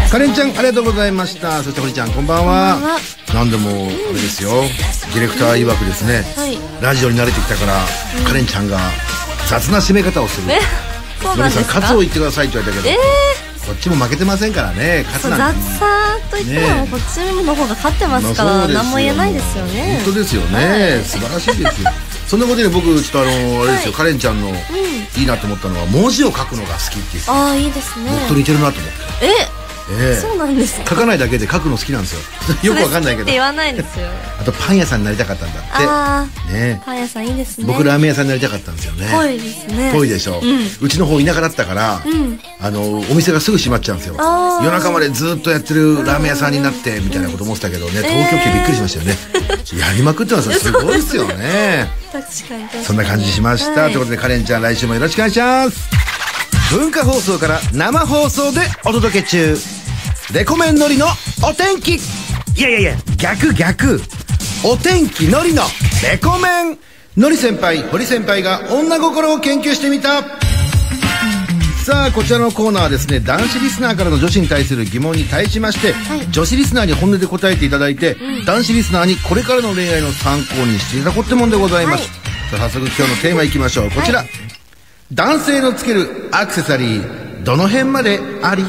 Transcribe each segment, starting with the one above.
カレンちゃんありがとうございました。そして堀ちゃんこんばんは。なんでもあれですよ、ディレクター曰くですね、ラジオに慣れてきたから、カレンちゃんが雑な締め方をする。 そうなんですか。 カツを言ってくださいって言われたけど、こっちも負けてませんからね。カツなんて雑さと言ってもこっちの方が勝ってますから、何も言えないですよね。 本当ですよね、素晴らしいですよ。そんなことで僕ちょっとあれですよ、カレンちゃんのいいなと思ったのは、文字を書くのが好きっていう。 ああ、いいですね。 僕と似てるなと思って。 そうなんですか。 書かないだけで書くの好きなんですよ。よくわかんないけど。 って言わないですよ。 あとパン屋さんになりたかったんだってね。 パン屋さんいいですね。 僕ラーメン屋さんになりたかったんですよね。 ぽいですね。 ぽいでしょ。うちの方田舎だったから、お店がすぐ閉まっちゃうんですよ。夜中までずっとやってるラーメン屋さんになってみたいなこと思ってたけどね、東京来てびっくりしましたよね。やりまくってますよ。すごいですよね。 確かに。 そんな感じしました。ということでカレンちゃん来週もよろしくお願いします。文化放送から生放送でお届け中、レコメンのりのお天気。いや逆お天気のりのレコメン。のり先輩堀先輩が女心を研究してみた。さあこちらのコーナーはですね、男子リスナーからの女子に対する疑問に対しまして、女子リスナーに本音で答えていただいて、男子リスナーにこれからの恋愛の参考にしていただこうってもんでございます。さあ早速今日のテーマいきましょう。こちら、男性のつけるアクセサリーどの辺まであり。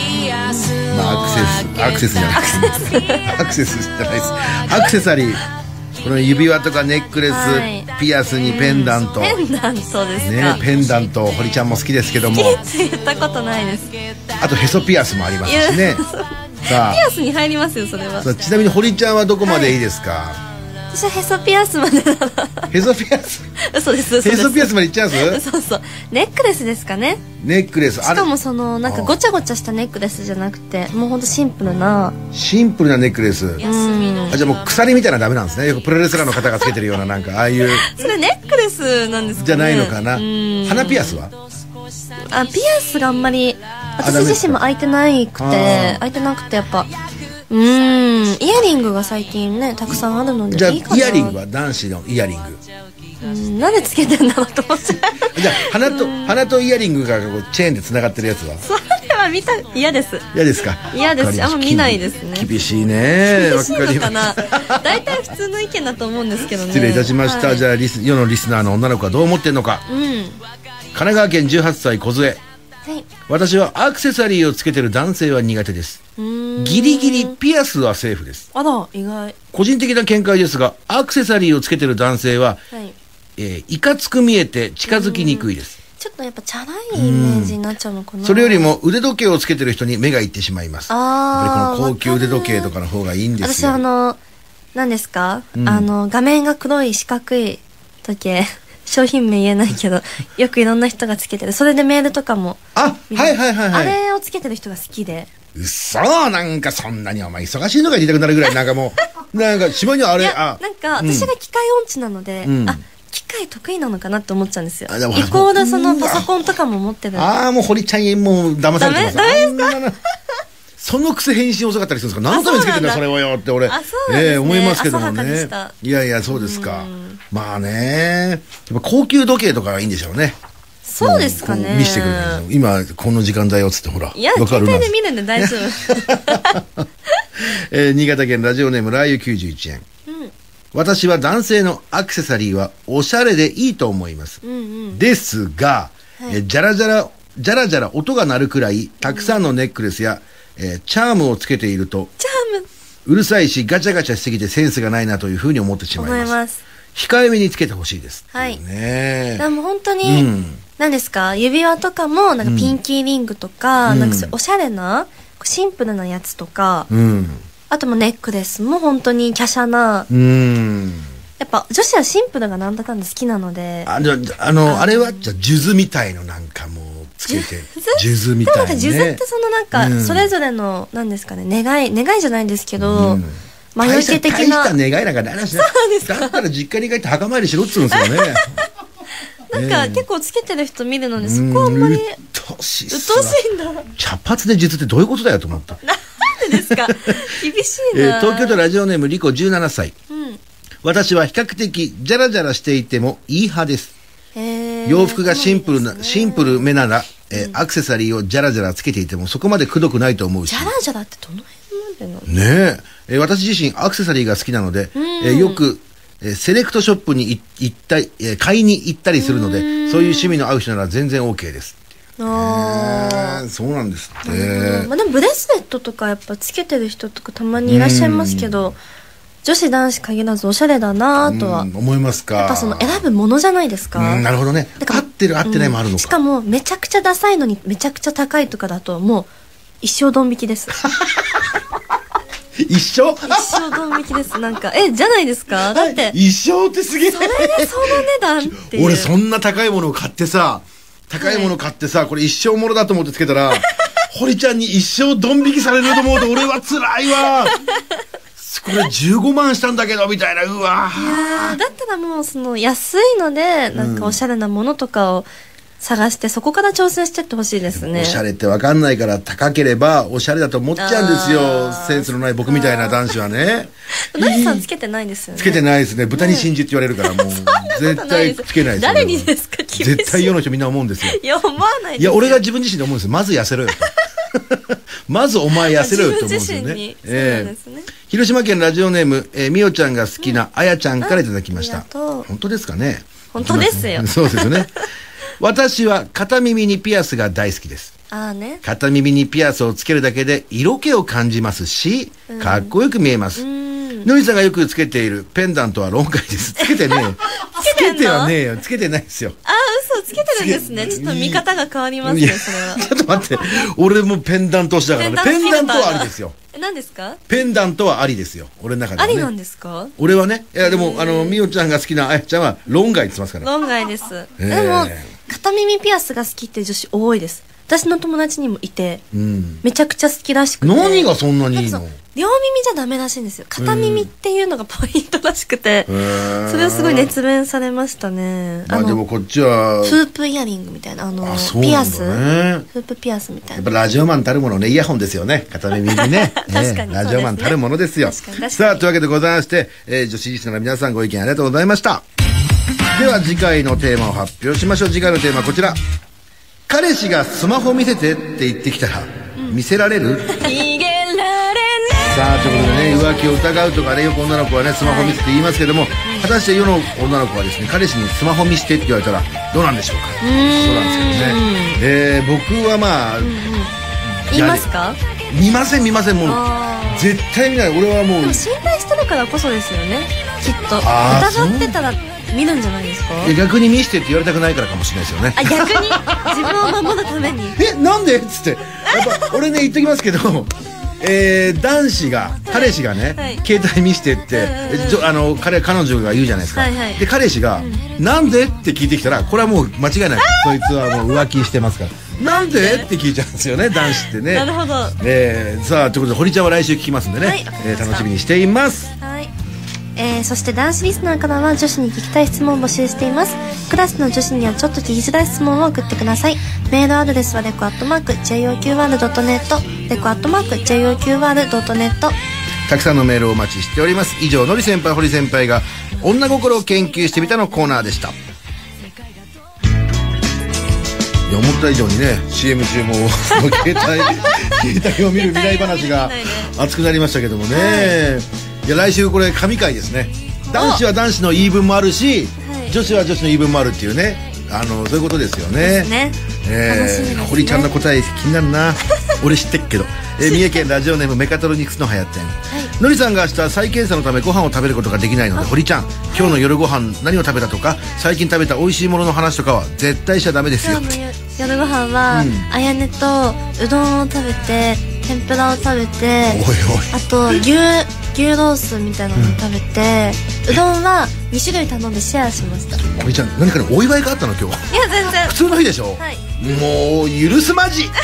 アクセスじゃないです。アクセスじゃないです。アクセサリー、この指輪とかネックレス、ピアスにペンダント。 ペンダントですかね。ペンダント堀ちゃんも好きですけども、 好きって言ったことないです。 あとへそピアスもありますしね。 さあピアスに入りますよ、それは。 ちなみに堀ちゃんはどこまでいいですか。 私はへそピアスまでなら。 へそピアス。 嘘です。 へそピアスまでいっちゃうんです。 そう。ネックレスですかね。 ネックレス。 しかもそのなんかごちゃごちゃしたネックレスじゃなくて、もうほんとシンプルな。 シンプルなネックレス。じゃあもう鎖みたいなのダメなんですね。よくプロレスラーの方がつけてるようななんかああいう。 それネックレスなんですかね。じゃないのかな。鼻ピアスは？ ピアスがあんまり私自身も開いてなくてやっぱ。イヤリングが最近ねたくさんあるので。 じゃあイヤリングは男子のイヤリング。 なんでつけてんだろうと思っちゃう。 じゃあ鼻とイヤリングがチェーンでつながってるやつは。 それは嫌です。 嫌ですか。 嫌です。あんま見ないですね。 厳しいね。 厳しいのかな。大体普通の意見だと思うんですけどね。 失礼いたしました。じゃあ世のリスナーの女の子はどう思ってんのか。神奈川県18歳小杖。私はアクセサリーをつけてる男性は苦手です。ギリギリピアスはセーフです。 あら、意外。 個人的な見解ですが、アクセサリーをつけてる男性は、いかつく見えて近づきにくいです。 ちょっとやっぱチャラいイメージになっちゃうのかな。 それよりも腕時計をつけてる人に目がいってしまいます。やっぱりこの高級腕時計とかの方がいいんですよ。 私何ですか、画面が黒い四角い時計。商品名言えないけどよくいろんな人がつけてる。それでメールとかもあれをつけてる人が好きで。 うそ、なんかそんなにお前忙しいのか言いたくなるぐらいなんかもうなんか島にはあれなんか私が機械音痴なので、機械得意なのかなって思っちゃうんですよ。イコールそのパソコンとかも持ってる。 もう堀ちゃんもう騙されてます。 ダメですか。 そのくせ返信遅かったりするんですか。何のためにつけてんだそれはよって俺思いますけどもね。いやそうですか。まあね、やっぱ高級時計とかがいいんでしょうね。 そうですかね。 見せてくれる。今この時間だよっつってほら。 いや携帯で見るんで大丈夫。 新潟県ラジオネームラー油91円。私は男性のアクセサリーはおしゃれでいいと思います。ですが、じゃらじゃら音が鳴るくらいたくさんのネックレスやチャームをつけているとうるさいしガチャガチャしすぎてセンスがないなというふうに思ってしまいます。控えめにつけてほしいです。 でも本当に何ですか、指輪とかもなんかピンキーリングとか、なんかおしゃれなシンプルなやつとか、あともネックレスも本当に華奢な。やっぱ女子はシンプルがなんだかんだ好きなので。あれはじゃあ数珠みたいのなんかもうつけて数珠みたいなね。 数珠ってそのなんかそれぞれのなんですかね、願いじゃないんですけど、魔除け的な。大した願いなんかないしな。だったら実家に帰って墓参りしろっつうんですよね。 なんか結構つけてる人見るので、そこはあんまりうっとしいんだ。 茶髪で術ってどういうことだよと思った。 なんでですか。厳しいな。 東京都ラジオネームリコ17歳。私は比較的ジャラジャラしていてもいい派です。洋服がシンプルめなら、 アクセサリーをジャラジャラつけていてもそこまでくどくないと思うし。 ジャラジャラってどの辺までなの？ ねえ。私自身アクセサリーが好きなので、よく、セレクトショップに行ったり、買いに行ったりするので、そういう趣味の合う人なら全然 OK です。そうなんですって。 まあでもブレスレットとかやっぱつけてる人とかたまにいらっしゃいますけど、女子男子限らずおしゃれだなとは思いますか。 やっぱその選ぶものじゃないですか。 なるほどね。合ってる合ってないもあるのか。 しかもめちゃくちゃダサいのにめちゃくちゃ高いとかだともう一生ドン引きです。 一生ドン引きです。なんかじゃないですか。だって一生ってすげえ。 それでその値段っていう。 俺そんな高いものを買ってさ、これ一生ものだと思ってつけたら堀ちゃんに一生ドン引きされると思うと俺は辛いわ。これ15万したんだけどみたいな。うわー。だったらもうその安いのでなんかおしゃれなものとかを探してそこから挑戦してってほしいですね。 おしゃれって分かんないから高ければおしゃれだと思っちゃうんですよ。センスのない僕みたいな男子はね。 なぎさんつけてないですよね。 つけてないですね。豚に真珠って言われるからもう絶対つけないです。 誰にですか？ 絶対世の人みんな思うんですよ。 いや思わないです。 いや俺が自分自身で思うんですよ。まず痩せろよと。まずお前痩せろよと思うんですよね。広島県ラジオネームみおちゃんが好きなあやちゃんからいただきました。本当ですかね？ 本当ですよ。 そうですよね。私は片耳にピアスが大好きです。片耳にピアスをつけるだけで色気を感じますし、かっこよく見えます。のりさんがよくつけているペンダントは論外です。つけてねえ。つけてはねえよ。つけてないですよ。 嘘、つけてるんですね。ちょっと見方が変わりますね、それは。 ちょっと待って。俺もペンダント推しだからね。ペンダントはありですよ。 何ですか？ ペンダントはありですよ。俺の中ではね。 ありなんですか？ 俺はね。いやでもみおちゃんが好きなあやちゃんは論外って言ってますから。 論外です。でも片耳ピアスが好きっていう女子多いです。私の友達にもいて、めちゃくちゃ好きらしくて。 何がそんなにいいの？ 両耳じゃダメらしいんですよ。片耳っていうのがポイントらしくて、それをすごい熱弁されましたね。 まあでもこっちはフープイヤリングみたいなピアス、フープピアスみたいな。 やっぱラジオマンたるものね、イヤホンですよね。片耳にね。 確かにラジオマンたるものですよ。さあというわけでございまして、女子リスナーの皆さんご意見ありがとうございました。では次回のテーマを発表しましょう。次回のテーマはこちら。彼氏がスマホ見せてって言ってきたら、見せられる？逃げられない。さあということでね、浮気を疑うとかね、よく女の子はねスマホ見せて言いますけども、果たして世の女の子はですね、彼氏にスマホ見せてって言われたらどうなんでしょうか。そうなんですけどね。僕はまあ、 言いますか？ 見ませんもう絶対見ない。俺はもうでも心配してるからこそですよね、きっと。疑ってたら見るんじゃないですか？ 逆に見せてって言われたくないからかもしれないですよね。 逆に自分を守るためになんでっつってやっぱ俺ね言っときますけど、男子が彼氏がね、携帯見せてって彼女が言うじゃないですか。で彼氏がなんでって聞いてきたら、これはもう間違いない。そいつはもう浮気してますから。なんでって聞いちゃうんですよね、男子ってね。 なるほど。 さあということで堀ちゃんは来週聞きますんでね、楽しみにしています。 そして男子リスナーからは女子に聞きたい質問を募集しています。クラスの女子にはちょっと聞きづらい質問を送ってください。メールアドレスはreco@joqr.net、reco@joqr.net。 たくさんのメールをお待ちしております。以上、のり先輩堀先輩が女心を研究してみたのコーナーでした。いや思った以上にね CM 中も携帯を見る未来話が熱くなりましたけどもね。いや来週これ神回ですね。男子は男子の言い分もあるし、女子は女子の言い分もあるっていうね、そういうことですよね。堀ちゃんの答え気になるな。俺知ってっけど。三重県ラジオネームメカトロニクスのはやってん。のりさんが明日再検査のためご飯を食べることができないので、堀ちゃん今日の夜ご飯何を食べたとか最近食べた美味しいものの話とかは絶対しちゃダメですよ。 夜ご飯はあやねとうどんを食べて天ぷらを食べて、あと牛ロースみたいなのを食べて、うどんは2種類頼んでシェアしました。 堀ちゃん何かのお祝いがあったの今日？ いや全然普通の日でしょ。もう許すまじ。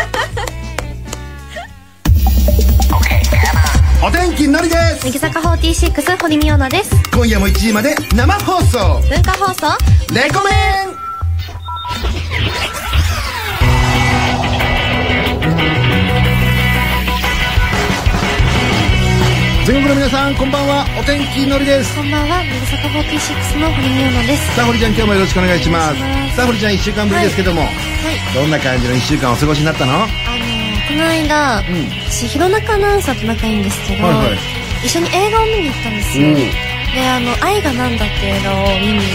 お天気のりです。 乃木坂46堀美央奈です。 今夜も1時まで生放送、 文化放送レコメン。全国の皆皆さんこんばんは、お天気のりです。 こんばんは、乃木坂46の堀美央奈です。 さあ堀ちゃん、今日もよろしくお願いします。さあ堀ちゃん、1週間ぶりですけども、はい、どんな感じの1週間お過ごしになったの？ この間、私弘中アナウンサーと仲いいんですけど、一緒に映画を見に行ったんですよ。で、愛がなんだっていう映画を見に行って、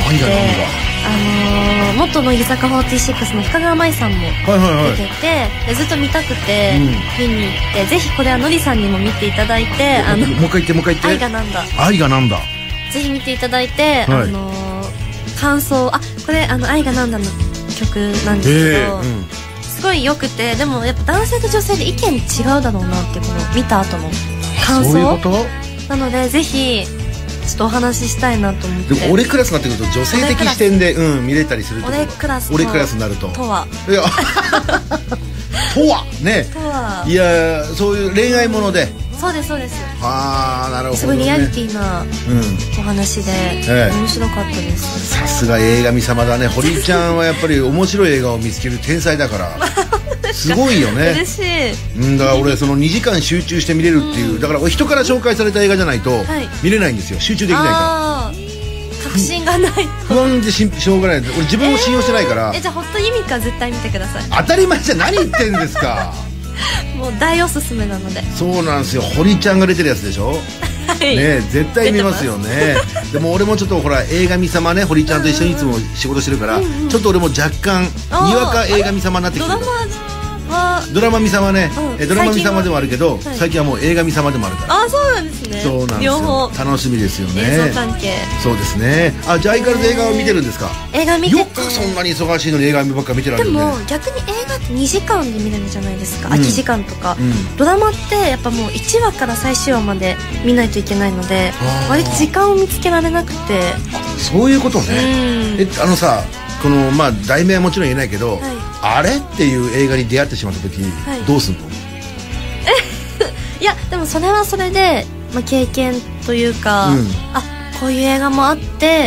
元乃木坂46の深川舞さんも出てて、ずっと見たくて見に行って、ぜひこれはのりさんにも見ていただいて、 もう一回言って、 愛がなんだ、 愛がなんだ、 ぜひ見ていただいて、感想、これ愛がなんだの曲なんですけど、すごい良くて、でもやっぱ男性と女性で意見違うだろうなって、この見た後の感想。 そういうことなので、ぜひちょっとお話ししたいなと思って。 でも俺クラスになってくると女性的視点で見れたりするってこと。俺クラスになるととは、 いやとはね、いや、そういう恋愛もので。 そうですそうです。 ああ、なるほどね。 すごいリアリティなお話で面白かったです。 さすが映画見様だね。堀ちゃんはやっぱり面白い映画を見つける天才だからすごいよね。 嬉しい。 だから俺その2時間集中して見れるっていう、だから人から紹介された映画じゃないと見れないんですよ。集中できないから。 確信がない。 不安でしょうがない。俺自分を信用してないから。 じゃあホットユミカ絶対見てください。 当たり前じゃ、何言ってんですかもう大おすすめなので。 そうなんですよ。堀ちゃんが出てるやつでしょ。ね、絶対見ますよね。でも俺もちょっとほら、映画見様ね、堀ちゃんと一緒にいつも仕事してるから、ちょっと俺も若干にわか映画見様になってきてる。ドラマ見様ね、ドラマ見様でもあるけど、最近はもう映画見様でもあるから。 そうなんですね。 そうなんですよ。楽しみですよね。 映像関係。 そうですね。じゃあ相変わらず映画を見てるんですか？ 映画見てて、 よくそんなに忙しいのに映画ばっか見てられるね。 でも逆に映画って2時間で見れるじゃないですか、空き時間とか。ドラマってやっぱもう1話から最終話まで見ないといけないので、割と時間を見つけられなくて。 そういうことね。さ、この題名はもちろん言えないけど、あれっていう映画に出会ってしまった時にどうすんの？ いや、でもそれはそれで、経験というか、こういう映画もあって、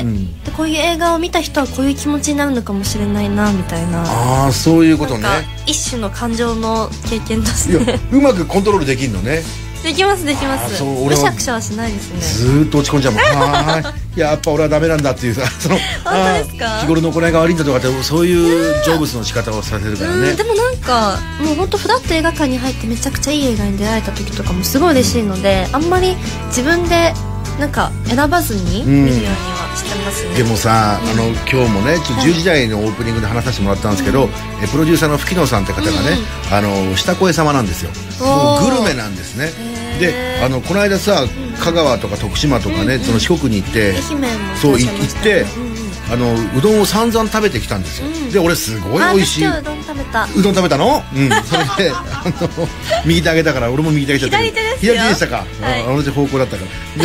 でこういう映画を見た人はこういう気持ちになるのかもしれないなみたいな。 そういうことね。 一種の感情の経験としてうまくコントロールできるのね。 できますできます。むしゃくしゃはしないですね。 ずーっと落ち込んじゃうもん。やっぱ俺はダメなんだっていうさ、 本当ですか？ 日頃の行いが悪いんだとかって、そういう成仏の仕方をさせるからね。 でもなんかもう本当フラッと映画館に入ってめちゃくちゃいい映画に出会えた時とかもすごい嬉しいので、あんまり自分でなんか選ばずに見るようにはしてますね。 でもさ、今日もね、10時台のオープニングで話させてもらったんですけど、プロデューサーの吹野さんって方がね、下越様なんですよ。もうグルメなんですね。で、この間さ、香川とか徳島とかね、その四国に行って、そう行ってうどんを散々食べてきたんですよ。で、俺すごい美味しい。 うどん食べた。 うどん食べたの？それで右手あげたから、俺も右手あげちゃった。 左手ですよ。 左手でしたか。同じ方向だったから。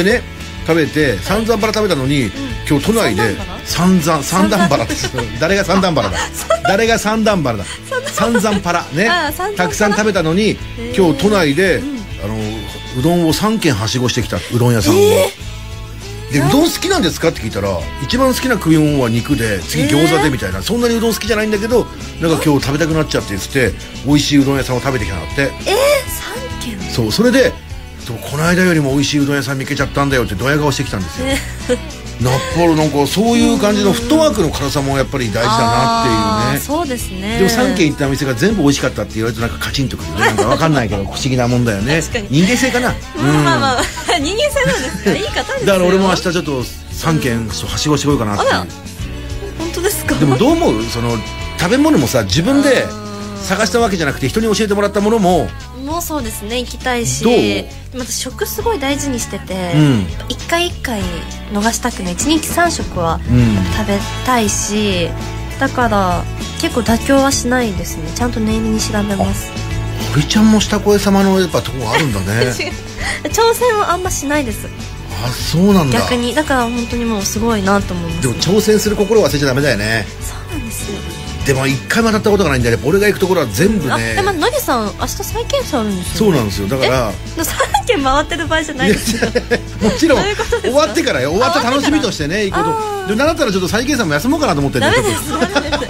でね、食べて散々バラ食べたのに、今日都内で三段バラです。誰が三段バラだ。誰が三段バラだ。散々パラね。たくさん食べたのに、今日都内でうどんを3軒はしごしてきたうどん屋さんを。で、うどん好きなんですかって聞いたら、一番好きな食い物は肉で、次餃子でみたいな。そんなにうどん好きじゃないんだけど、なんか今日食べたくなっちゃって言って、美味しいうどん屋さんを食べてきたんだって。 3軒？ そう、それでこの間よりも美味しいうどん屋さん見つけちゃったんだよってドヤ顔してきたんですよ。やっぱりなんかそういう感じのフットワークの軽さもやっぱり大事だなっていうね。 そうですね。 でも3軒行ったお店が全部美味しかったって言われるとなんかカチンとくるね。なんか分かんないけど不思議なもんだよね。人間性かな。 まあ人間性なんですか。いい方ですよ。 だから俺も明日ちょっと3軒はしごしてこようかなっていう。 本当ですか？でもどう思う？その食べ物もさ、自分で探したわけじゃなくて人に教えてもらったものもそうですね、行きたいし。 どう？ 私食すごい大事にしてて、一回一回逃したくない。1日3食は食べたいし、だから結構妥協はしないですね。ちゃんと念入りに調べます。 堀ちゃんも下越様のやっぱとこあるんだね。 挑戦はあんましないです。 そうなんだ。 逆にだから本当にもうすごいなと思います。 でも挑戦する心を忘れちゃダメだよね。 そうなんですよ。 でも一回も当たったことがないんで、俺が行くところは全部ね。 でものりさん明日再検査あるんですよね。 そうなんですよ。だから 3軒回ってる場合じゃないですよ。 もちろん終わってからよ。終わった楽しみとしてね、行くこと。でなんだったらちょっと再検査も休もうかなと思ってるんだよ。 ダメです。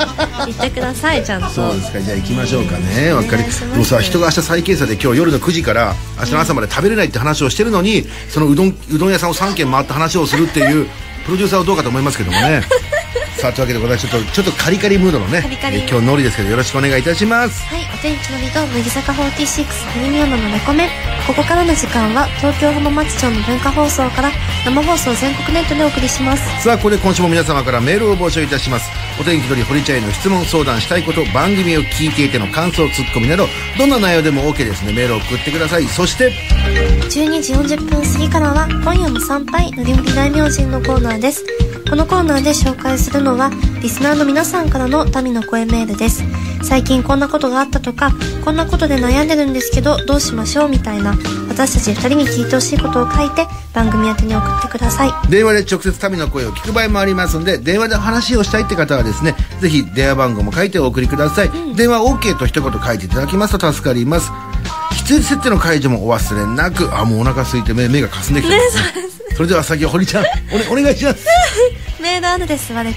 言ってください、ちゃんと。 そうですか、じゃあ行きましょうかね。わかり。 お願いします。 でもさ、人が明日再検査で今日夜の9時から明日の朝まで食べれないって話をしてるのに、そのうどん屋さんを3軒回って話をするっていうプロデューサーはどうかと思いますけどもね。さあ、というわけでございます。ちょっとカリカリムードのね、今日ノリですけど、よろしくお願いいたします。 はい、お天気のりと乃木坂46堀美央奈のレコメン。ここからの時間は東京浜松町の文化放送から生放送全国ネットでお送りします。 さあ、これで今週も皆様からメールを募集いたします。お天気のり堀ちゃんへの質問相談したいこと、番組を聞いていての感想ツッコミなどどんな内容でも OK ですね。メールを送ってください。そして 12時40分過ぎからは今夜も参拝のりほり大明神のコーナーです。このコーナーで紹介するのはリスナーの皆さんからの民の声メールです。最近こんなことがあったとか、こんなことで悩んでるんですけどどうしましょうみたいな、私たち2人に聞いてほしいことを書いて番組宛てに送ってください。 電話で直接民の声を聞く場合もありますので、電話で話をしたいって方はですね、ぜひ電話番号も書いてお送りください。電話 OK と一言書いていただきますと助かります。必要設定の解除もお忘れなく。もうお腹空いて目がかすんできてますね。それでは先ほ堀ちゃんお願いします。 メールアドレスは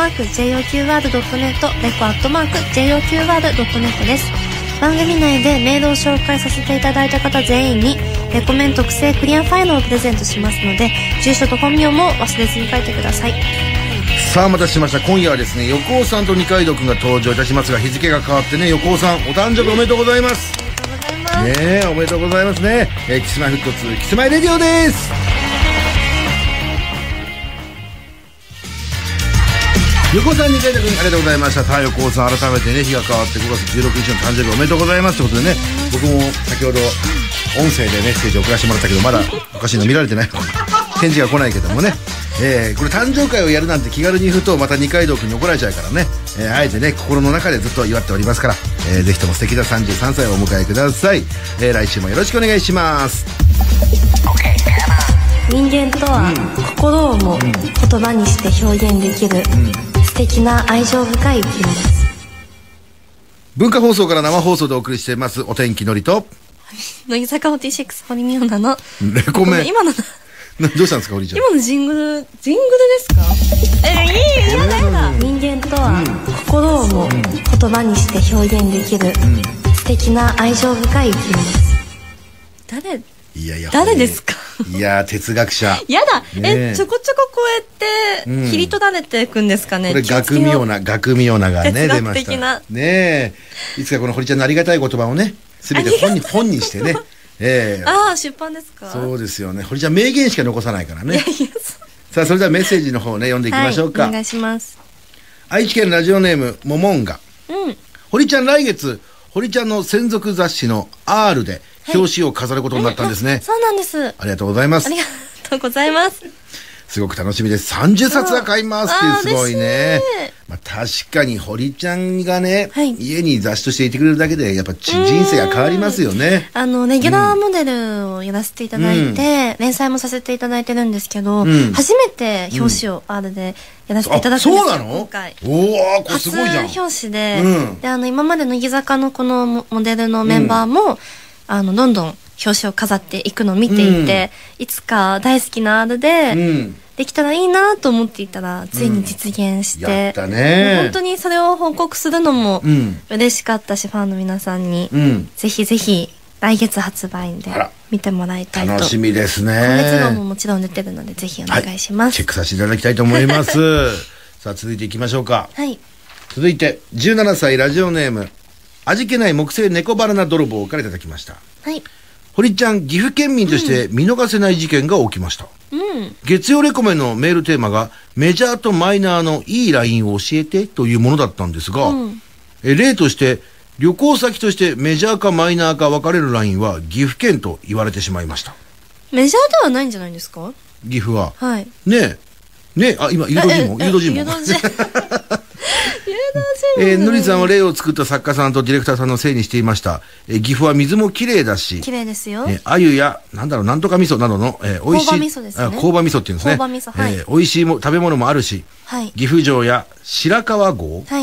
reco@joqr.net、reco@joqr.net です。番組内でメールを紹介させていただいた方全員にレコメン特製クリアファイルをプレゼントしますので、住所と本名も忘れずに書いてください。 さあ、お待たせしました。今夜はですね、横尾さんと二階堂くんが登場いたしますが、日付が変わってね、横尾さんお誕生日おめでとうございます。ねえ、おめでとうございますね。キスマイフット2キスマイレディオです。横尾さん、二階堂くんありがとうございました。さあ、横尾さん改めてね、日が変わって5月16日の誕生日おめでとうございますということでね、僕も先ほど音声でメッセージを送らせてもらったけど、まだおかしいの見られてないので返事が来ないけどもね、これ誕生会をやるなんて気軽に言うとまた二階堂くんに怒られちゃうからね、あえてね心の中でずっと祝っておりますから、ぜひとも素敵な33歳をお迎えください。来週もよろしくお願いします。 人間とは心をも言葉にして表現できる素敵な愛情深い生き物です。 文化放送から生放送でお送りしていますお天気のりと乃木坂46堀美央奈のレコメン。 今のどうしたんですか堀ちゃん。 今のジングルですか？やだ。人間とは心をも言葉にして表現できる素敵な愛情深い生き物です。誰ですか？ いや、哲学者。 やだ、ちょこちょここうやって切り取られていくんですかね。 これ学名ながね出ました。ねえ、いつかこの堀ちゃんのありがたい言葉をね全て本にしてね。 出版ですか？ そうですよね。堀ちゃん名言しか残さないからね。さあ、それではメッセージの方ね読んでいきましょうか。 お願いします。 愛知県ラジオネームももんが。堀ちゃん、来月堀ちゃんの専属雑誌の R で表紙を飾ることになったんですね。 そうなんです。 ありがとうございます。 ありがとうございます。 すごく楽しみです。30冊は買いますっていう、すごいね。確かに堀ちゃんがね、家に雑誌としていてくれるだけでやっぱ人生が変わりますよね。 レギュラーモデルをやらせていただいて、連載もさせていただいてるんですけど、初めて表紙を R でやらせていただくんですよ。 そうなの？ 今回。 これすごいじゃん。 初表紙で、今まで乃木坂のこのモデルのメンバーも、どんどん表紙を飾っていくのを見ていて、いつか大好きな R で、できたらいいなと思っていたらついに実現して、 やったね。 本当にそれを報告するのも嬉しかったし、ファンの皆さんに、ぜひぜひ来月発売で見てもらいたいと。 楽しみですね。 今月号ももちろん出てるのでぜひお願いします。 チェックさせていただきたいと思います。さあ、続いていきましょうか。続いて17歳ラジオネーム味気ない木製猫バナナ泥棒からいただきました。堀ちゃん、岐阜県民として見逃せない事件が起きました。月曜レコメンのメールテーマがメジャーとマイナーのいいラインを教えてというものだったんですが、例として旅行先としてメジャーかマイナーか分かれるラインは岐阜県と言われてしまいました。 メジャーではないんじゃないですか？ 岐阜は。ねえ、今誘導尋問のりさんは例を作った作家さんとディレクターさんのせいにしていました。岐阜は水もきれいだし、 きれいですよ。 鮎やなんとか味噌などの美味しい朴葉味噌ですね。 朴葉味噌っていうんですね。 朴葉味噌、 美味しい食べ物もあるし、岐阜城や白川郷と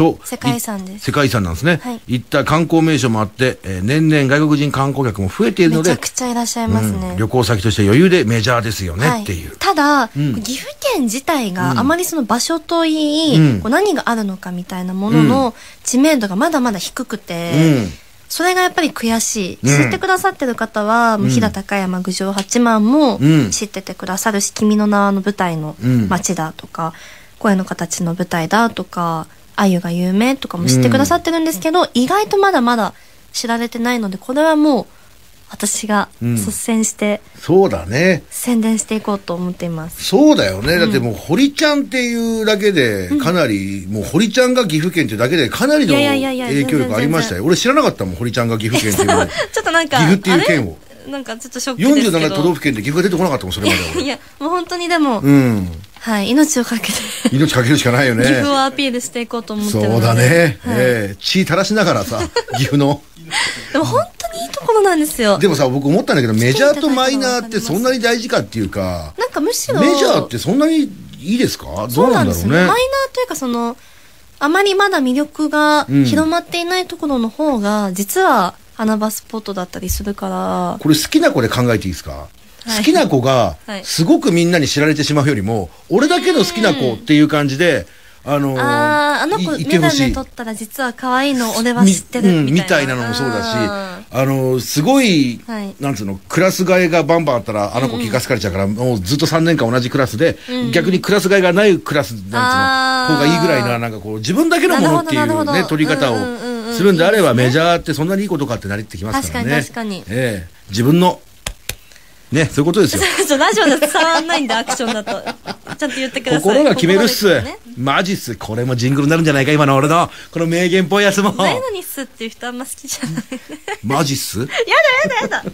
と世界遺産です。 世界遺産なんですね。 はい。 いった観光名所もあって、年々外国人観光客も増えているので、 めちゃくちゃいらっしゃいますね。 旅行先として余裕でメジャーですよねっていう。 ただ、岐阜県自体があまりその場所といい、こう何があるのかみたいなものの知名度がまだまだ低くて、それがやっぱり悔しい。知ってくださってる方は、飛騨高山郡上八幡も知っててくださるし、君の名はの舞台の街だとか、声の形の舞台だとか、鮎が有名とかも知ってくださってるんですけど、意外とまだまだ知られてないので、これはもう私が率先して、 そうだね。 宣伝していこうと思っています。 そうだよね。だってもう堀ちゃんっていうだけでかなり、もう堀ちゃんが岐阜県っていうだけでかなりの影響力ありましたよ。俺知らなかったもん、堀ちゃんが岐阜県っていうの。 ちょっとなんか岐阜っていう県を。 なんかちょっとショックですけど。 47都道府県で岐阜が出てこなかったもん、それまでは。 いや、もう本当にでも、はい、命をかけて。 命かけるしかないよね。 岐阜をアピールしていこうと思ってるので。 そうだね。血垂らしながらさ、岐阜の。 でも本当にいいところなんですよ。 でもさ、僕思ったんだけど、メジャーとマイナーってそんなに大事かっていうか、 なんかむしろメジャーってそんなにいいですか？どうなんだろうね。 マイナーというかあまりまだ魅力が広まっていないところの方が、実は穴場スポットだったりするから。 これ好きな子で考えていいですか？好きな子がすごくみんなに知られてしまうよりも、俺だけの好きな子っていう感じで、あの子メガネ取ったら実は可愛いの俺は知ってるみたいなのもそうだし、すごい、なんつうの、クラス替えがバンバンあったらあの子気がつかれちゃうから、もうずっと3年間同じクラスで、逆にクラス替えがないクラスなんつうの方がいいぐらいな、なんかこう自分だけのものっていうね、取り方をするんであれば、メジャーってそんなにいいことかってなりってきますからね。 確かに。 自分のね、そういうことですよ。 ラジオで伝わんないんで、アクションだと。ちゃんと言ってください。 心が決めるっす。マジっす。これもジングルになるんじゃないか、今の俺の。この名言っぽいやつも。 ないのにっすっていう人あんま好きじゃない。 マジっす。やだ。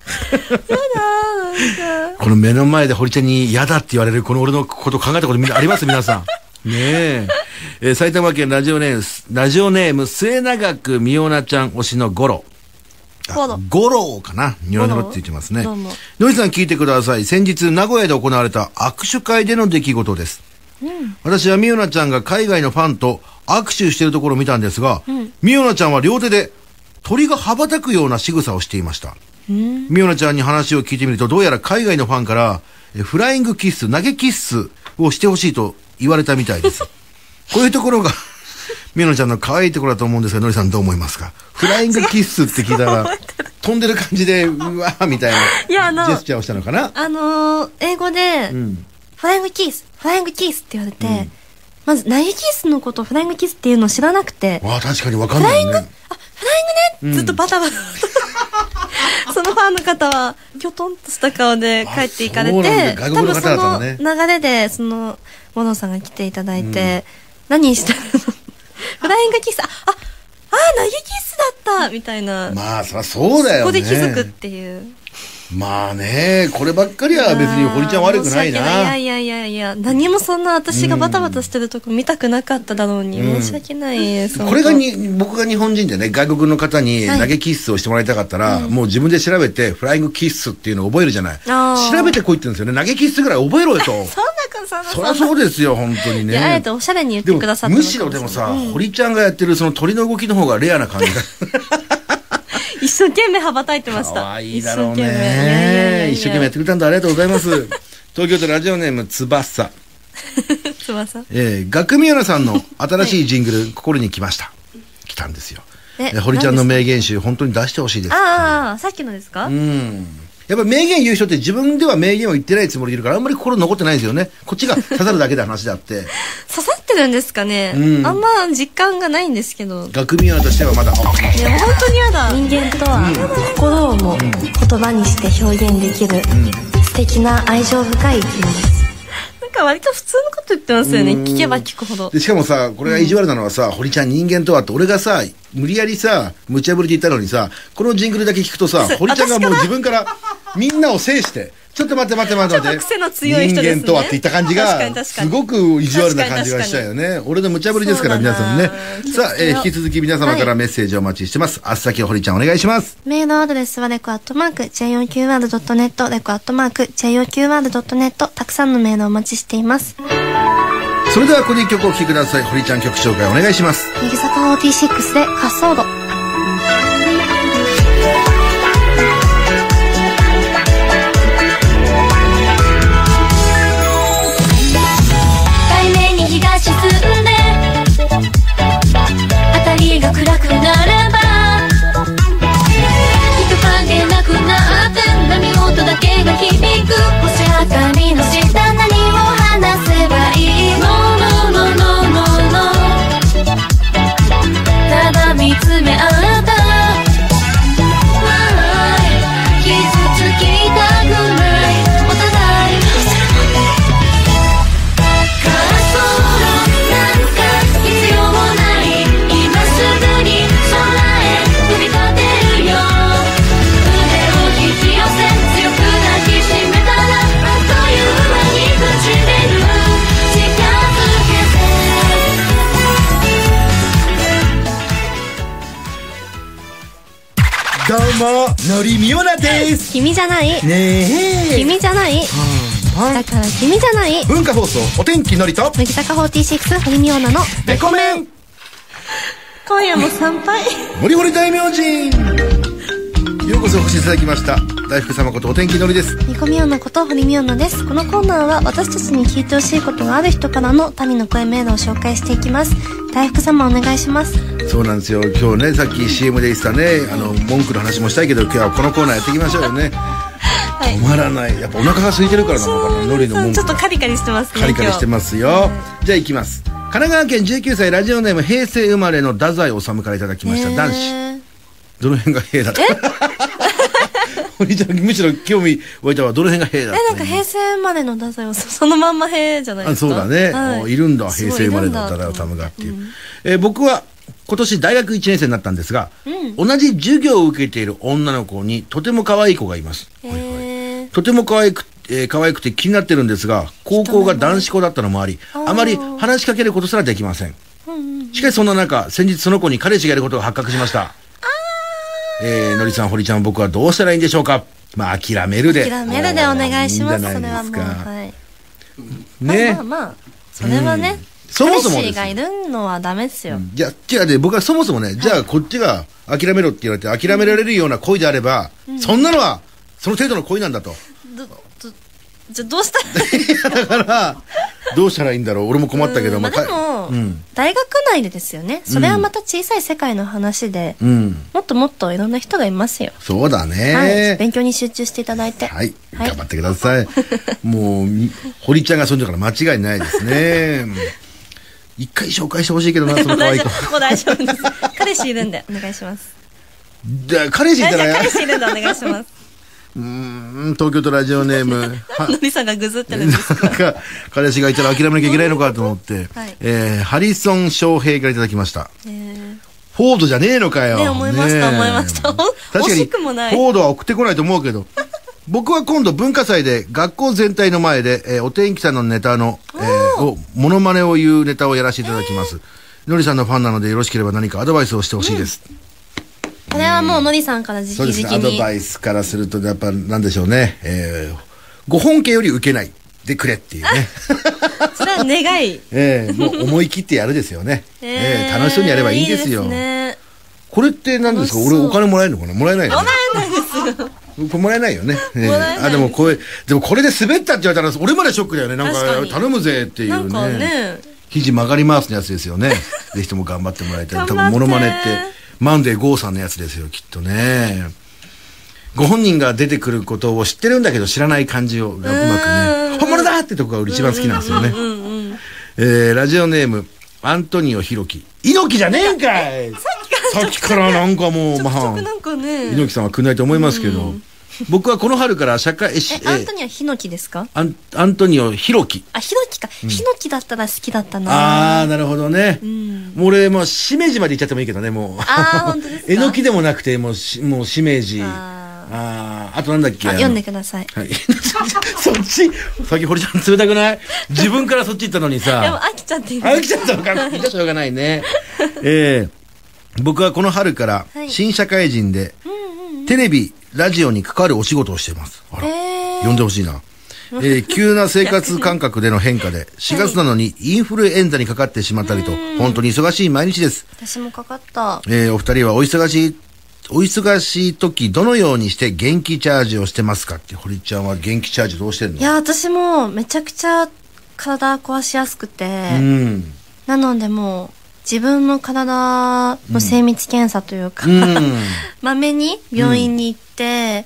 この目の前で堀ちゃんに嫌だって言われる、この俺のこと考えたことあります皆さん。ねえ。埼玉県ラジオネーム、末永くみおなちゃん推しのゴロ。ゴロかな、ニョロニョロって言ってますね。のりさん聞いてください。先日名古屋で行われた握手会での出来事です。私はみおなちゃんが海外のファンと握手しているところを見たんですが、みおなちゃんは両手で鳥が羽ばたくような仕草をしていました。みおなちゃんに話を聞いてみると、どうやら海外のファンからフライングキッス、投げキッスをしてほしいと言われたみたいです。こういうところがみおなちゃんの可愛いところだと思うんですが、のりさんどう思いますか？フライングキッスって聞いたら飛んでる感じでうわーみたいなジェスチャーをしたのかな。 英語で、フライングキッスって言われて、まず投げキッスのことをフライングキッスっていうのを知らなくて、 確かに分かんないよね。 フライングね、ずっとバタバタそのファンの方はきょとんとした顔で帰っていかれて、多分その流れでモノさんが来ていただいて、何してるのフライングキッス、投げキッスだったみたいな。 まあそりゃそうだよね。 そこで気づくっていう。 まあね、こればっかりは別に堀ちゃん悪くないな。 いや、何もそんな私がバタバタしてるとこ見たくなかっただろうに、申し訳ないです。 これが僕が日本人でね、外国の方に投げキッスをしてもらいたかったら、もう自分で調べてフライングキッスっていうのを覚えるじゃない。調べてこいって言うんですよね。投げキッスぐらい覚えろよと。そりゃそうですよ、本当にね。 あえておしゃれに言ってくださった。 むしろでもさ、堀ちゃんがやってるその鳥の動きの方がレアな感じが。 一生懸命羽ばたいてました。 可愛いだろうね。一生懸命やってくれたんだ。ありがとうございます。東京都ラジオネーム翼。学みよなさんの新しいジングル、心に来ました。来たんですよ。堀ちゃんの名言集、本当に出してほしいです。 さっきのですか？ やっぱ名言言う人って自分では名言を言ってないつもりでいるから、あんまり心残ってないんですよね。こっちが刺さるだけで話であって。 刺さってるんですかね。あんま実感がないんですけど。 学みよなとしてはまだ。 いや、本当にやだ。人間とは、心をも言葉にして表現できる、素敵な愛情深い生き物です。なんか割と普通のこと言ってますよね。聞けば聞くほど。 でしかもさ、これが意地悪なのはさ、堀ちゃん人間とはって、俺がさ、無理やりさ、無茶ぶりで言ったのにさ、このジングルだけ聞くとさ、堀ちゃんがもう自分からみんなを制して、ちょっと待って。 癖の強い人ですね。 人間とはって言った感じが、すごく意地悪な感じがしたよね。俺の無茶ぶりですから、皆さんね。さあ、引き続き皆様からメッセージをお待ちしてます。あっさき堀ちゃんお願いします。 メールアドレスはreco@joqr.net、reco@joqr.net、たくさんのメールをお待ちしています。 それではここで一曲お聴きください。堀ちゃん曲紹介お願いします。 乃木坂46で滑走路。 海面に日が沈んで辺りが暗くなれば人影なくなって波音だけが響く星明かりの下何を話せばいいのただ見つめ合った傷つきたくないお互い滑走路なんか必要ない今すぐに空へ飛び立てるよ腕を引き寄せ強く抱きしめたらあっという間に唇近づけどうも、のりみおなです。 君じゃない。 ねえ。 君じゃない。だから君じゃない。 文化放送、お天気のりと乃木坂46堀美央奈のレコメン。 今夜も参拝。 森堀大明神。ようこそお越しいただきました。大福様ことお天気のりです。 ニコミオナこと堀美央奈です。このコーナーは私たちに聞いてほしいことがある人からの民の声メールを紹介していきます。大福様お願いします。 そうなんですよ。今日ね、さっき CM で言ってたね、文句の話もしたいけど、今日はこのコーナーやっていきましょうよね。はい、止まらない。やっぱお腹が空いてるからなのかな、のりの文句。 ちょっとカリカリしてますね。 カリカリしてますよ。じゃあ行きます。神奈川県19歳ラジオネーム平成生まれの太宰治からいただきました男子。どの辺が平だったお兄ちゃんむしろ興味湧いたわ。どの辺が平だった。 なんか平成生まれの太宰治そのまんま平じゃないですか。 そうだね、はい、いるんだ平成生まれの太宰治がっていう、僕は今年大学1年生になったんですが、同じ授業を受けている女の子にとても可愛い子がいます。とても可愛くて気になってるんですが、高校が男子校だったのもあり、あまり話しかけることすらできません。しかしそんな中、先日その子に彼氏がいることが発覚しました。のりさん、堀ちゃん、僕はどうしたらいいんでしょうか。まあ、諦めるでお願いします。 それはもう、はい。 ね。 まあ、それはね、 そもそも彼氏がいるのはダメですよ。 じゃあね、僕はそもそもね、じゃあこっちが諦めろって言われて、諦められるような恋であれば、そんなのは、その程度の恋なんだと。 じゃあどうしたらだから、どうしたらいいんだろう。俺も困ったけど。 でも、大学内でですよね。それはまた小さい世界の話で、もっともっといろんな人がいますよ。 そうだね。 勉強に集中していただいて。 はい。頑張ってください。もう、堀ちゃんがそういうのから間違いないですね。一回紹介してほしいけどな、その可愛い子。 もう大丈夫です。彼氏いるんで、お願いします。 彼氏いたら彼氏いるんで、お願いします。 東京都ラジオネームのりさんがぐずってるんですか。 彼氏がいたら諦めなきゃいけないのかと思って、ハリソン翔平からいただきました。フォードじゃねえのかよ。 ね、思いました思いました。 確かにフォードは送ってこないと思うけど、僕は今度文化祭で学校全体の前で、お天気さんのネタのモノマネを言うネタをやらせていただきます。のりさんのファンなのでよろしければ何かアドバイスをしてほしいです。 これはもうのりさんから直々に。 そうですね。アドバイスからするとやっぱなんでしょうね。ご本家より受けないでくれっていうね。 それは願い。 もう思い切ってやるですよね。楽しそうにやればいいんですよ。これって何ですか。俺お金もらえるのかな。もらえないよね。 もらえないですよ。 これもらえないよね。でもこれで滑ったって言われたら俺までショックだよね。なんか頼むぜっていうね。肘曲がり回すのやつですよね。ぜひとも頑張ってもらいたい。多分モノマネってマンデーゴーさんのやつですよ、きっとね。ご本人が出てくることを知ってるんだけど知らない感じをうまくね、本物だってとこが一番好きなんですよね。ラジオネームアントニオヒロキ。猪木じゃねえんかい。さっきからなんかもう猪木さんはくんないと思いますけど、僕はこの春から社会アントニオヒノキですか。 アントニオヒロキ。 ヒノキか。ヒノキだったら好きだったな。 なるほどね。俺もうしめじまで言っちゃってもいいけどね、もう。 本当ですか。 えのきでもなくてもうしめじ。あとなんだっけ。 読んでください。 そっちさっき堀ちゃん冷たくない。自分からそっち行ったのにさ。 でも飽きちゃって。 飽きちゃったのかな。しょうがないね。僕はこの春から新社会人でテレビラジオに関わるお仕事をしています。呼んでほしいな。 急な生活感覚での変化で、4月なのにインフルエンザにかかってしまったりと、本当に忙しい毎日です。 私もかかった。 お二人はお忙しい時、どのようにして元気チャージをしてますかって、堀ちゃんは元気チャージどうしてんの？ いや、私もめちゃくちゃ体壊しやすくて、なのでもう、自分の体の精密検査というか、まめに病院に行って、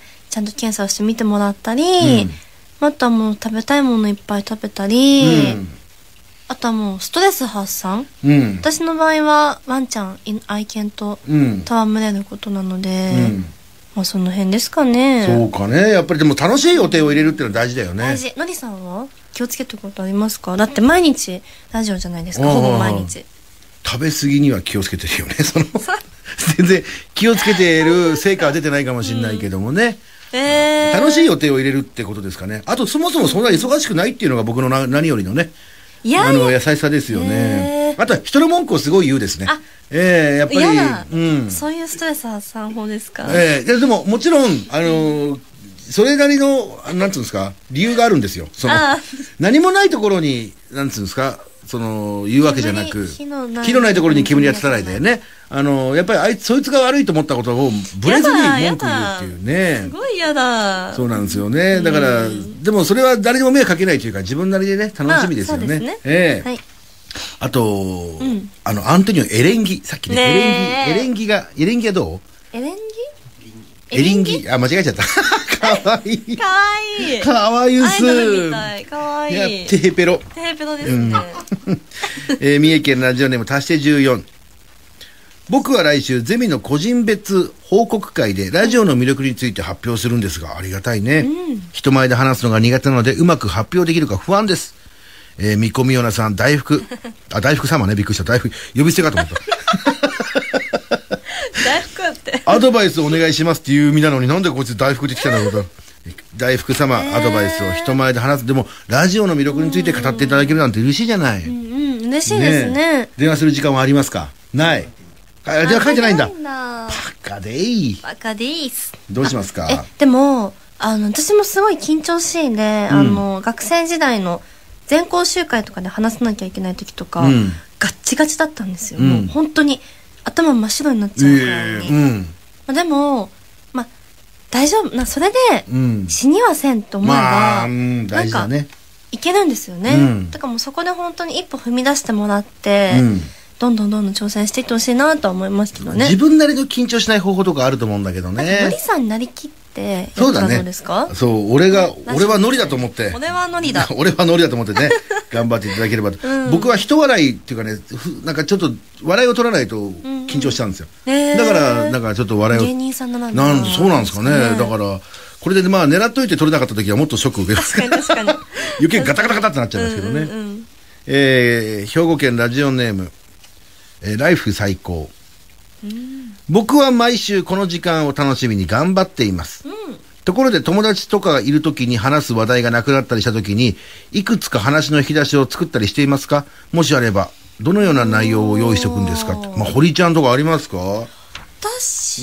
ちゃんと検査をして見てもらったり、あとはもう食べたいものいっぱい食べたり、あとはもうストレス発散、私の場合はワンちゃん、愛犬と戯れることなので、まあその辺ですかね。 そうかね。やっぱりでも楽しい予定を入れるっていうのは大事だよね。 大事。のりさんは気をつけてることありますか？だって毎日ラジオじゃないですか、ほぼ毎日。 食べ過ぎには気をつけてるよね。全然気をつけている成果は出てないかもしれないけどもね。楽しい予定を入れるってことですかね。あとそもそもそんな忙しくないっていうのが僕の何よりのね、優しさですよね。あとは人の文句をすごい言うですね。やっぱり、 そういうストレス発散法ですか？ でももちろんそれなりのなんつうんですか、理由があるんですよ。何もないところになんつうんですか、言うわけじゃなく、火のないところに煙が立たないでね。やっぱりそいつが悪いと思ったことをブレずに文句言うっていうね。 すごい嫌だ。 そうなんですよね。だから、でもそれは誰にも迷惑かけないというか、自分なりでね、楽しみですよね。あと、アントニオエレンギ、さっきね、エレンギはどう？ エレンギ？ エリンギ、間違えちゃった。かわいい。 かわいい。 かわいいす。 かわいい。 いや、テヘペロ。 テヘペロですね。 三重県ラジオネーム足して14。僕は来週ゼミの個人別報告会でラジオの魅力について発表するんですが、ありがたいね。人前で話すのが苦手なのでうまく発表できるか不安です。みこみよなさん、大福様ね、びっくりした。大福、呼び捨てかと思った。 大福ってアドバイスお願いしますっていう身なのに、なんでこいつ大福って来たんだろうと。大福様、アドバイスを人前で話す。でもラジオの魅力について語っていただけるなんて嬉しいじゃない。 嬉しいですね。 電話する時間はありますか？ない。電話書いてないんだ。バカでいい。 バカでいいっす。 どうしますか？ でも私もすごい緊張しいで、学生時代の全校集会とかで話さなきゃいけない時とか、ガッチガチだったんですよ。もう本当に頭真っ白になっちゃうくらいに。でも大丈夫な、それで死にはせんと思えば、 大事だね。 いけるんですよね。だからもうそこで本当に一歩踏み出してもらって、どんどん挑戦していってほしいなとは思いますけどね。 自分なりの緊張しない方法とかあると思うんだけどね。 ノリさんになりきってやったらどうですか？ そう、俺はノリだと思って。 俺はノリだ。 俺はノリだと思ってね、頑張っていただければと。僕は人笑いっていうかね、なんかちょっと笑いを取らないと緊張しちゃうんですよ。だから、なんかちょっと笑いを。 芸人さんなんだ。そうなんですかね。だから、これで狙っといて取れなかった時はもっとショックを受けます。 確かに。 余計ガタガタガタってなっちゃいますけどね。兵庫県ラジオネーム、ライフ最高。僕は毎週この時間を楽しみに頑張っています。ところで友達とかがいる時に話す話題がなくなったりした時に、いくつか話の引き出しを作ったりしていますか？もしあればどのような内容を用意しておくんですか？堀ちゃんとかありますか？ 私、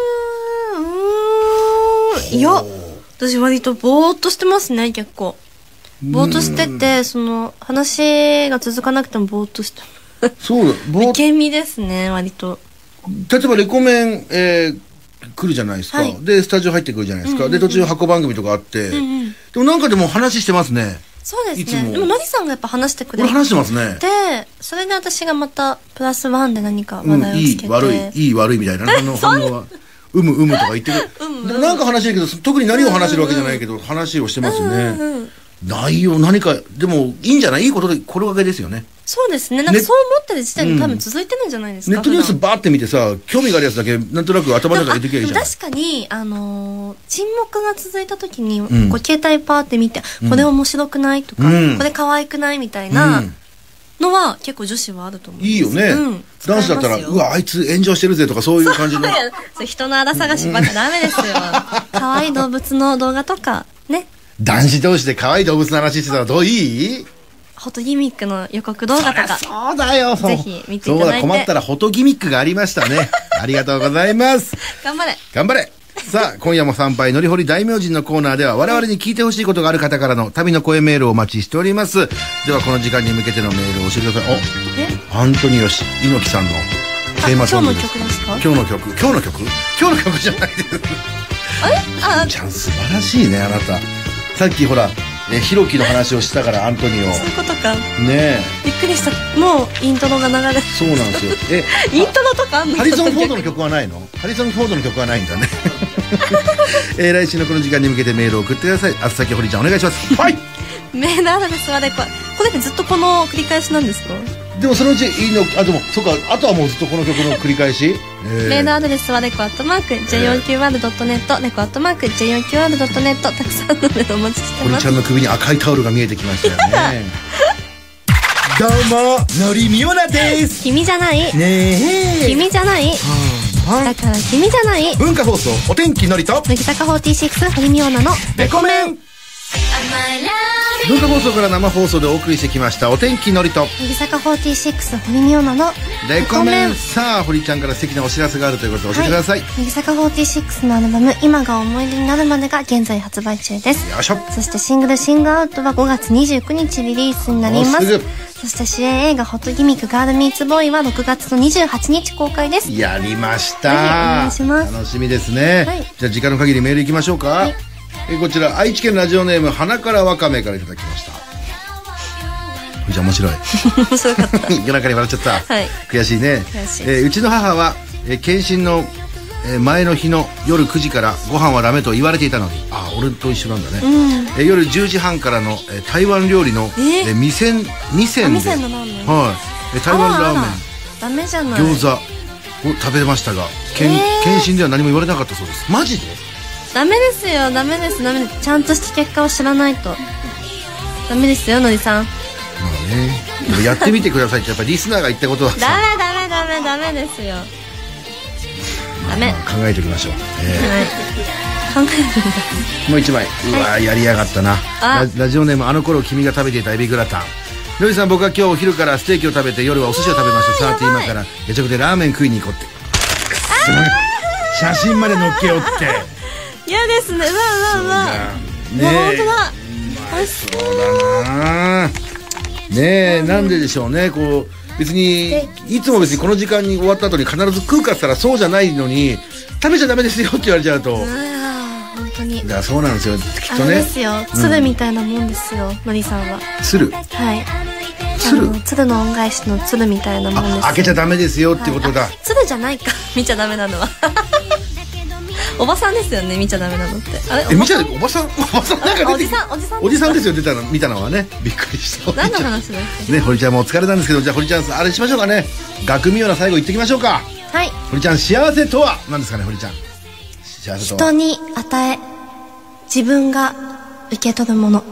いや、私割とぼーっとしてますね。結構ぼーっとしてて、話が続かなくてもぼーっとしてそうだ、 受け身ですね、割と。 例えばレコメン、来るじゃないですか。で、スタジオ入ってくるじゃないですか。で、途中箱番組とかあって。でもなんかでも話してますね。 そうですね。でも、のりさんがやっぱ話してくれる。 話してますね。 で、それで私がまた、プラスワンで何か話題をつけて。 いい悪いみたいな。反応は。とか言ってくる。なんか話してるけど、特に何を話してるわけじゃないけど、話をしてますね。内容何か、でもいいんじゃない？いいことで心がけですよね。 そうですね。なんかそう思ってる時点で多分続いてるんじゃないですか。 ネットニュースバーって見てさ、興味があるやつだけなんとなく頭の中に出てきゃいいじゃん。 確かに沈黙が続いた時に携帯パーって見て、これ面白くないとか、これ可愛くないみたいなのは結構女子はあると思う。 いいよね。男子だったら、うわあいつ炎上してるぜとかそういう感じの。 人の荒探しばっかダメですよ。可愛い動物の動画とかね。 男子同士で可愛い動物の話してたらどういい？ フォトギミックの予告動画とか。 そうだよ。 ぜひ見ていただいて。 そうだ、困ったらフォトギミックがありましたね。ありがとうございます。 頑張れ。 頑張れ。 さあ、今夜も参拝のりほり大名人のコーナーでは我々に聞いてほしいことがある方からの旅の声メールをお待ちしております。ではこの時間に向けてのメールを教えてください。アントニオ猪木さんのテーマソングです。 今日の曲ですか？ 今日の曲じゃないです。ちゃん素晴らしいね、あなた。さっきほらヒロキの話をしたからアントニオ。 そういうことか。 ねえ。 びっくりした。もうイントロが流れる。 そうなんですよ。 イントロとかあんの？ ハリソン・フォードの曲はないの？ハリソン・フォードの曲はないんだね。来週のこの時間に向けてメールを送ってください。あつさきほりちゃんお願いします。はい。 メールアドレスはこれってずっとこの繰り返しなんですか？ でもそのうちいいの。でもそっか、あとはもうずっとこの曲の繰り返し。 メールアドレスはreco@j4qr.net reco@j4qr.net たくさんのメールお待ちしてます。 堀ちゃんの首に赤いタオルが見えてきましたよね。どうものりみおなです。 君じゃない。 ねえ。 君じゃない。だから君じゃない。 文化放送お天気のりと乃木坂46堀美央奈のレコメン。文化放送から生放送でお送りしてきましたお天気のりと乃木坂46堀美央奈のレコメン。さあ堀ちゃんから素敵なお知らせがあるということで教えてください。 乃木坂46のアルバム今が思い出になるまでが現在発売中です。 よいしょ。 そしてシングルシングアウトは5月29日リリースになります。そして主演映画ホットギミックガールミーツボーイは6月の28日公開です。 やりました。 お願いします。 楽しみですね。じゃあ時間の限りメールいきましょうか。こちら愛知県ラジオネーム花からわかめからいただきました。じゃあ面白い。 面白かった。 夜中に笑っちゃった。 はい。 悔しいね。 悔しい。 うちの母は検診の前の日の夜9時からご飯はダメと言われていたのに、俺と一緒なんだね。夜10時半からの台湾料理の味仙で、 のラーメン。 はい。台湾ラーメン。 ダメじゃない。 餃子を食べましたが、検診では何も言われなかったそうです。マジで？ ダメですよ、ダメです。ちゃんとした結果を知らないとダメですよ、のりさん。 まあね、でもやってみてくださいってやっぱりリスナーが言ったことはさ。 ダメですよ。ダメ。 考えておきましょう。 考えてもう一枚。うわやりやがったな。ラジオネームあの頃君が食べていたエビグラタン。のりさん、僕は今日お昼からステーキを食べて夜はお寿司を食べました。さあ今から夜食でラーメン食いに行こうって。写真まで載っけよって。 嫌ですね。うわねえ、 本当だ。 美味しそうだな。ねえ、なんででしょうね。こう別にいつも別にこの時間に終わった後に必ず食うかっつったらそうじゃないのに、食べちゃダメですよって言われちゃうと。 本当に。 だからそうなんですよ。きっとね。 あれですよ。鶴みたいなもんですよ。のりさんは。 鶴。 はい。鶴の恩返しの鶴みたいなもんです。 開けちゃダメですよってことだ。 鶴じゃないか。見ちゃダメなのは。おばさんですよね、見ちゃダメなのって。 見ちゃおばさんなんかおじさんですよ。見たのはね、びっくりした。 何の話だっけね。堀ちゃんもお疲れなんですけど、じゃあ堀ちゃんあれしましょうかね。学名な最後言ってきましょうか。 はい。 堀ちゃん、幸せとは何ですかね。堀ちゃん、幸せとは人に与え自分が受け取るもの。あ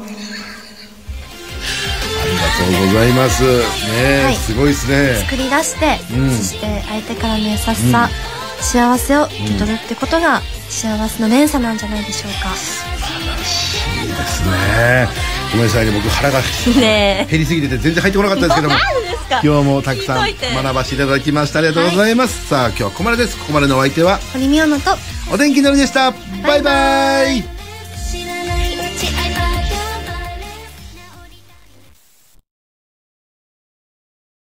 りがとうございますね。すごいですね。 作り出して、そして相手からの優しさ、幸せを受け取るってことが幸せの連鎖なんじゃないでしょうか。 素晴らしいですね。ごめんなさいね、僕腹が減りすぎてて全然入ってこなかったですけども、今日もたくさん学ばせていただきました。ありがとうございます。さあ今日はここまでです。ここまでのお相手は堀美央奈とお天気のりでした。バイバイ。